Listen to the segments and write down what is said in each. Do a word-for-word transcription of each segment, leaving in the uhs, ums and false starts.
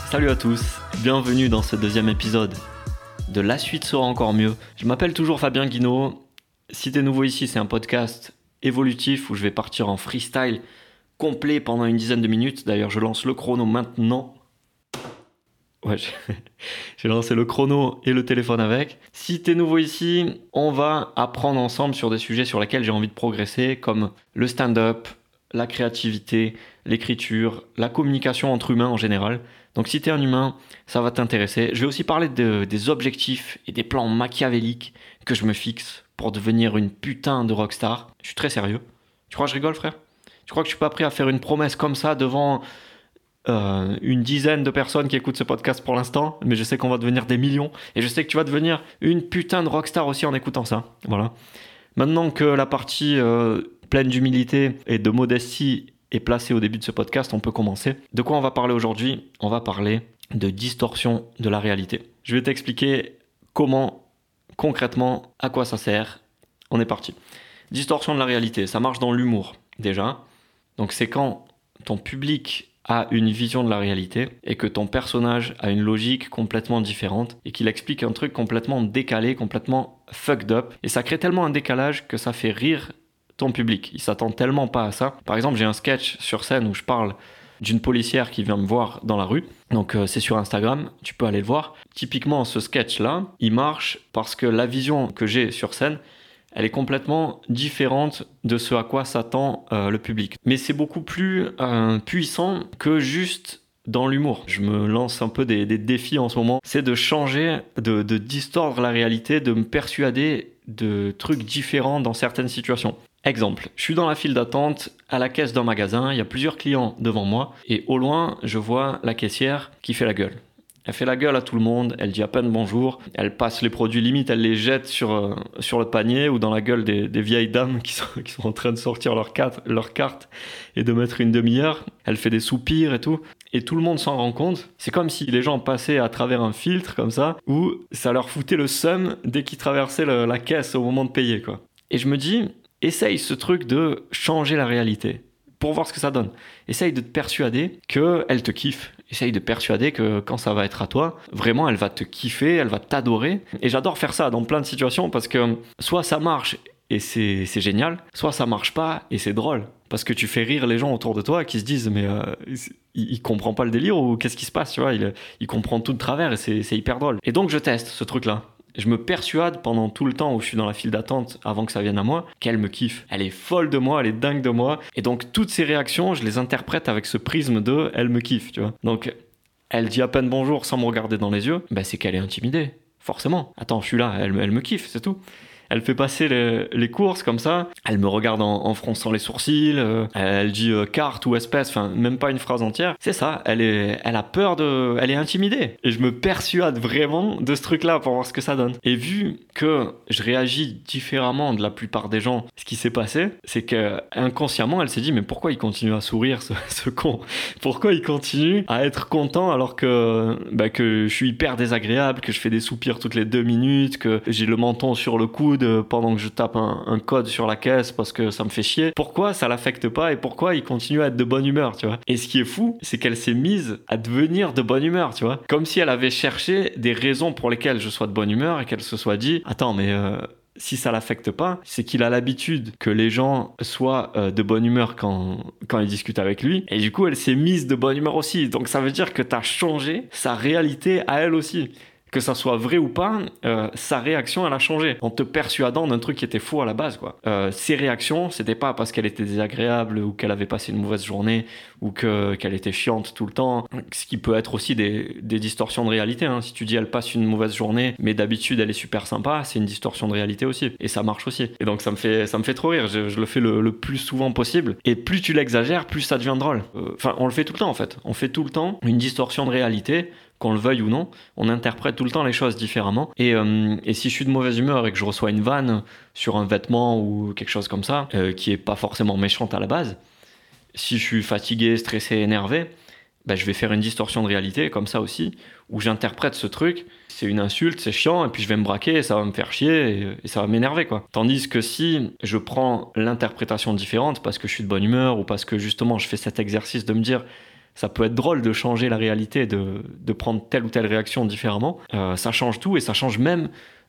Salut à tous, bienvenue dans ce deuxième épisode de La Suite sera encore mieux. Je m'appelle toujours Fabien Guinaud. Si t'es nouveau ici, c'est un podcast évolutif où je vais partir en freestyle complet pendant une dizaine de minutes. D'ailleurs, je lance le chrono maintenant. Ouais, j'ai lancé le chrono et le téléphone avec. Si t'es nouveau ici, on va apprendre ensemble sur des sujets sur lesquels j'ai envie de progresser, comme le stand-up, la créativité, l'écriture, la communication entre humains en général. Donc si t'es un humain, ça va t'intéresser. Je vais aussi parler de, des objectifs et des plans machiavéliques que je me fixe pour devenir une putain de rockstar. Je suis très sérieux. Tu crois que je rigole, frère ? Tu crois que je suis pas prêt à faire une promesse comme ça devant euh, une dizaine de personnes qui écoutent ce podcast pour l'instant ? Mais je sais qu'on va devenir des millions. Et je sais que tu vas devenir une putain de rockstar aussi en écoutant ça. Voilà. Maintenant que la partie euh, pleine d'humilité et de modestie est placée au début de ce podcast, on peut commencer. De quoi on va parler aujourd'hui ? On va parler de distorsion de la réalité. Je vais t'expliquer comment, concrètement, à quoi ça sert. On est parti. Distorsion de la réalité, ça marche dans l'humour, déjà. Donc c'est quand ton public a une vision de la réalité et que ton personnage a une logique complètement différente et qu'il explique un truc complètement décalé, complètement fucked up. Et ça crée tellement un décalage que ça fait rire ton public. Il s'attend tellement pas à ça. Par exemple, j'ai un sketch sur scène où je parle d'une policière qui vient me voir dans la rue. Donc euh, c'est sur Instagram, tu peux aller le voir. Typiquement, ce sketch-là, il marche parce que la vision que j'ai sur scène, elle est complètement différente de ce à quoi s'attend euh, le public. Mais c'est beaucoup plus euh, puissant que juste dans l'humour. Je me lance un peu des, des défis en ce moment. C'est de changer, de, de distordre la réalité, de me persuader de trucs différents dans certaines situations. Exemple, je suis dans la file d'attente à la caisse d'un magasin, il y a plusieurs clients devant moi et au loin, je vois la caissière qui fait la gueule. Elle fait la gueule à tout le monde, elle dit à peine bonjour, elle passe les produits limite, elle les jette sur, euh, sur le panier ou dans la gueule des, des vieilles dames qui sont, qui sont en train de sortir leur carte, leur carte et de mettre une demi-heure. Elle fait des soupirs et tout. Et tout le monde s'en rend compte. C'est comme si les gens passaient à travers un filtre comme ça, où ça leur foutait le seum dès qu'ils traversaient le, la caisse au moment de payer, quoi. Et je me dis, essaye ce truc de changer la réalité pour voir ce que ça donne. Essaye de te persuader qu'elle te kiffe. Essaye de persuader que quand ça va être à toi, vraiment, elle va te kiffer, elle va t'adorer. Et j'adore faire ça dans plein de situations parce que soit ça marche et c'est, c'est génial, soit ça marche pas et c'est drôle. Parce que tu fais rire les gens autour de toi qui se disent mais euh, il, il comprend pas le délire ou qu'est-ce qui se passe, tu vois, il, il comprend tout de travers et c'est, c'est hyper drôle. Et donc je teste ce truc-là. Je me persuade pendant tout le temps où je suis dans la file d'attente avant que ça vienne à moi qu'elle me kiffe. Elle est folle de moi, elle est dingue de moi. Et donc toutes ces réactions, je les interprète avec ce prisme de elle me kiffe, tu vois. Donc elle dit à peine bonjour sans me regarder dans les yeux, bah c'est qu'elle est intimidée, forcément. Attends, je suis là, elle, elle me kiffe, c'est tout. Elle fait passer les, les courses comme ça, elle me regarde en, en fronçant les sourcils, euh, elle dit euh, carte ou espèce, enfin même pas une phrase entière. C'est ça, elle, est, elle a peur de... Elle est intimidée. Et je me persuade vraiment de ce truc-là pour voir ce que ça donne. Et vu que je réagis différemment de la plupart des gens, ce qui s'est passé, c'est que inconsciemment elle s'est dit mais pourquoi il continue à sourire ce, ce con ? Pourquoi il continue à être content alors que, bah, que je suis hyper désagréable, que je fais des soupirs toutes les deux minutes, que j'ai le menton sur le coude pendant que je tape un, un code sur la caisse parce que ça me fait chier. Pourquoi ça l'affecte pas et pourquoi il continue à être de bonne humeur, tu vois ? Et ce qui est fou, c'est qu'elle s'est mise à devenir de bonne humeur, tu vois ? Comme si elle avait cherché des raisons pour lesquelles je sois de bonne humeur et qu'elle se soit dit « Attends, mais... Euh, si ça l'affecte pas, c'est qu'il a l'habitude que les gens soient euh, de bonne humeur quand, quand ils discutent avec lui. Et du coup, elle s'est mise de bonne humeur aussi. Donc ça veut dire que t'as changé sa réalité à elle aussi. Que ça soit vrai ou pas, euh, sa réaction, elle a changé. En te persuadant d'un truc qui était faux à la base, quoi. Euh, ses réactions, c'était pas parce qu'elle était désagréable ou qu'elle avait passé une mauvaise journée ou que, qu'elle était chiante tout le temps. Ce qui peut être aussi des, des distorsions de réalité, hein. Si tu dis elle passe une mauvaise journée, mais d'habitude elle est super sympa, c'est une distorsion de réalité aussi. Et ça marche aussi. Et donc ça me fait, ça me fait trop rire. Je, je le fais le, le plus souvent possible. Et plus tu l'exagères, plus ça devient drôle. Enfin, euh, on le fait tout le temps en fait. On fait tout le temps une distorsion de réalité. Qu'on le veuille ou non, on interprète tout le temps les choses différemment. Et, euh, et si je suis de mauvaise humeur et que je reçois une vanne sur un vêtement ou quelque chose comme ça, euh, qui est pas forcément méchante à la base, si je suis fatigué, stressé, énervé, bah, je vais faire une distorsion de réalité comme ça aussi, où j'interprète ce truc, c'est une insulte, c'est chiant, et puis je vais me braquer, et ça va me faire chier, et, et ça va m'énerver, quoi. Tandis que si je prends l'interprétation différente, parce que je suis de bonne humeur, ou parce que justement je fais cet exercice de me dire ça peut être drôle de changer la réalité, de, de prendre telle ou telle réaction différemment. Euh, ça change tout et ça change même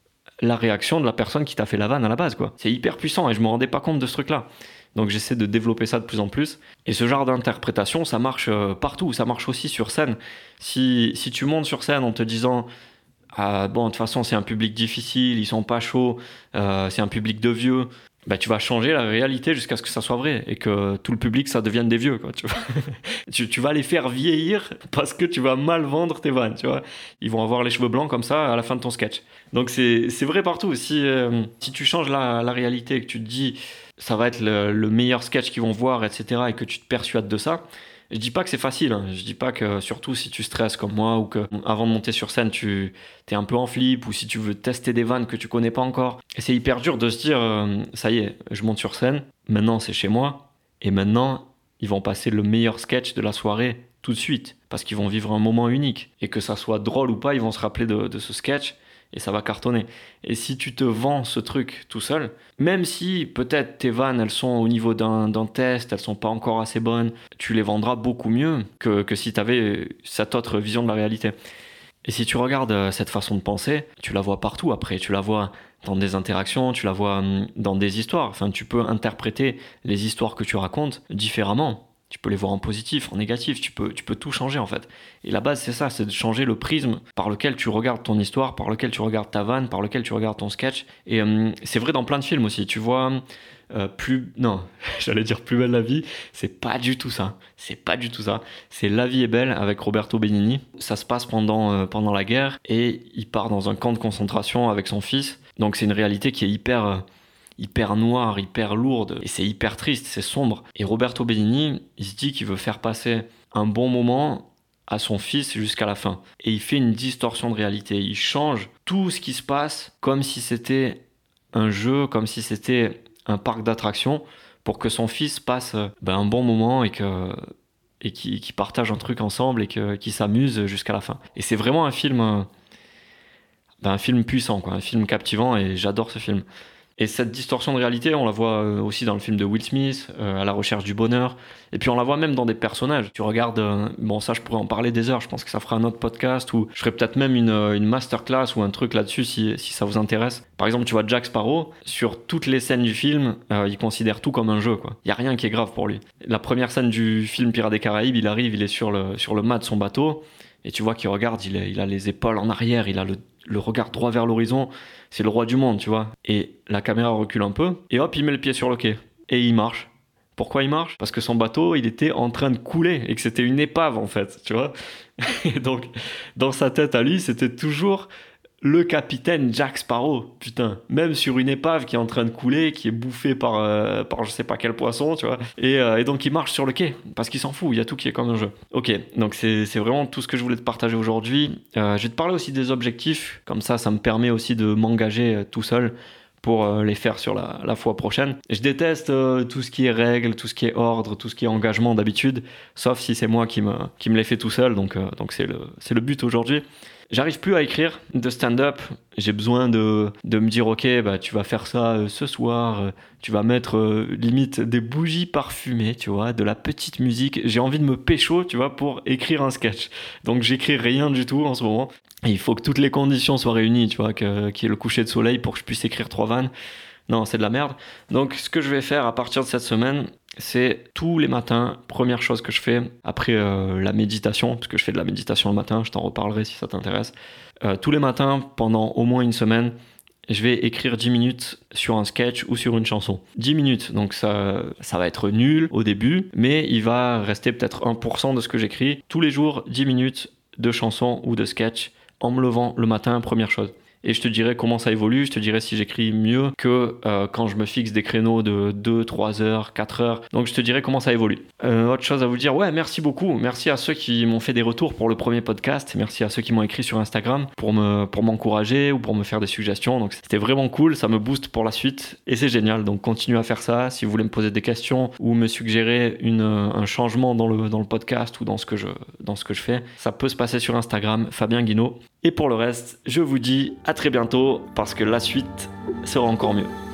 la réaction de la personne qui t'a fait la vanne à la base, quoi. C'est hyper puissant et je me rendais pas compte de ce truc-là. Donc j'essaie de développer ça de plus en plus. Et ce genre d'interprétation, ça marche euh, partout. Ça marche aussi sur scène. Si, si tu montes sur scène en te disant ah, bon, de toute façon, c'est un public difficile, ils sont pas chauds, euh, c'est un public de vieux, bah, tu vas changer la réalité jusqu'à ce que ça soit vrai et que tout le public, ça devienne des vieux, quoi, tu vois. tu, tu vas les faire vieillir parce que tu vas mal vendre tes vannes, tu vois. Ils vont avoir les cheveux blancs comme ça à la fin de ton sketch. Donc c'est, c'est vrai partout. Si, euh, si tu changes la, la réalité et que tu te dis ça va être le, le meilleur sketch qu'ils vont voir, et cetera, et que tu te persuades de ça, je dis pas que c'est facile, hein. Je dis pas que, surtout si tu stresses comme moi ou que avant de monter sur scène tu es un peu en flip ou si tu veux tester des vannes que tu connais pas encore. Et c'est hyper dur de se dire euh, ça y est, je monte sur scène, maintenant c'est chez moi et maintenant ils vont passer le meilleur sketch de la soirée tout de suite parce qu'ils vont vivre un moment unique et que ça soit drôle ou pas, ils vont se rappeler de, de ce sketch. Et ça va cartonner. Et si tu te vends ce truc tout seul, même si peut-être tes vannes, elles sont au niveau d'un, d'un test, elles sont pas encore assez bonnes, tu les vendras beaucoup mieux que, que si tu avais cette autre vision de la réalité. Et si tu regardes cette façon de penser, tu la vois partout après. Tu la vois dans des interactions, tu la vois dans des histoires. Enfin, tu peux interpréter les histoires que tu racontes différemment. Tu peux les voir en positif, en négatif, tu peux, tu peux tout changer en fait. Et la base c'est ça, c'est de changer le prisme par lequel tu regardes ton histoire, par lequel tu regardes ta vanne, par lequel tu regardes ton sketch. Et euh, c'est vrai dans plein de films aussi, tu vois, euh, plus... Non, j'allais dire Plus belle la vie, c'est pas du tout ça. C'est pas du tout ça. C'est La vie est belle avec Roberto Benigni. Ça se passe pendant, euh, pendant la guerre et il part dans un camp de concentration avec son fils. Donc c'est une réalité qui est hyper... Euh, hyper noire, hyper lourde, et c'est hyper triste, c'est sombre. Et Roberto Benigni, il se dit qu'il veut faire passer un bon moment à son fils jusqu'à la fin. Et il fait une distorsion de réalité, il change tout ce qui se passe comme si c'était un jeu, comme si c'était un parc d'attractions, pour que son fils passe ben, un bon moment et que... et qui, qui partagent un truc ensemble et que, qui s'amusent jusqu'à la fin. Et c'est vraiment un film, ben, un film puissant, quoi, un film captivant, et j'adore ce film. Et cette distorsion de réalité, on la voit aussi dans le film de Will Smith, euh, À la recherche du bonheur. Et puis on la voit même dans des personnages. Tu regardes, euh, bon ça je pourrais en parler des heures, je pense que ça fera un autre podcast, ou je ferai peut-être même une, une masterclass ou un truc là-dessus si, si ça vous intéresse. Par exemple, tu vois Jack Sparrow, sur toutes les scènes du film, euh, il considère tout comme un jeu, quoi. Il n'y a rien qui est grave pour lui. La première scène du film Pirates des Caraïbes, il arrive, il est sur le, sur le mât de son bateau, et tu vois qu'il regarde, il a, il a les épaules en arrière, il a le, le regard droit vers l'horizon. C'est le roi du monde, tu vois. Et la caméra recule un peu, et hop, il met le pied sur le quai. Et il marche. Pourquoi il marche ? Parce que son bateau, il était en train de couler, et que c'était une épave, en fait, tu vois. Et donc, dans sa tête à lui, c'était toujours le capitaine Jack Sparrow, putain. Même sur une épave qui est en train de couler, qui est bouffée par, euh, par je sais pas quel poisson, tu vois. Et, euh, et donc, il marche sur le quai, parce qu'il s'en fout, il y a tout qui est comme un jeu. Ok, donc c'est, c'est vraiment tout ce que je voulais te partager aujourd'hui. Euh, je vais te parler aussi des objectifs, comme ça, ça me permet aussi de m'engager euh, tout seul pour euh, les faire sur la, la fois prochaine. Je déteste euh, tout ce qui est règles, tout ce qui est ordre, tout ce qui est engagement d'habitude, sauf si c'est moi qui me, qui me les fais tout seul, donc, euh, donc c'est le, c'est le but aujourd'hui. J'arrive plus à écrire de stand-up, j'ai besoin de, de me dire ok, bah, tu vas faire ça euh, ce soir, euh, tu vas mettre euh, limite des bougies parfumées, tu vois, de la petite musique, j'ai envie de me pécho, tu vois, pour écrire un sketch. Donc j'écris rien du tout en ce moment, et il faut que toutes les conditions soient réunies, tu vois, que, qu'il y ait le coucher de soleil pour que je puisse écrire trois vannes. Non, c'est de la merde. Donc ce que je vais faire à partir de cette semaine, c'est tous les matins, première chose que je fais, après euh, la méditation, parce que je fais de la méditation le matin, je t'en reparlerai si ça t'intéresse. Euh, tous les matins, pendant au moins une semaine, je vais écrire dix minutes sur un sketch ou sur une chanson. dix minutes, donc ça, ça va être nul au début, mais il va rester peut-être un pour cent de ce que j'écris. Tous les jours, dix minutes de chanson ou de sketch, en me levant le matin, première chose. Et je te dirai comment ça évolue, je te dirai si j'écris mieux que euh, quand je me fixe des créneaux de deux, trois heures, quatre heures. Donc je te dirai comment ça évolue. Euh, autre chose à vous dire, ouais, merci beaucoup. Merci à ceux qui m'ont fait des retours pour le premier podcast. Merci à ceux qui m'ont écrit sur Instagram pour, me, pour m'encourager ou pour me faire des suggestions. Donc c'était vraiment cool, ça me booste pour la suite et c'est génial. Donc continuez à faire ça. Si vous voulez me poser des questions ou me suggérer une, un changement dans le, dans le podcast ou dans ce, que je, dans ce que je fais, ça peut se passer sur Instagram, Fabien Guinaud. Et pour le reste, je vous dis à très bientôt parce que la suite sera encore mieux.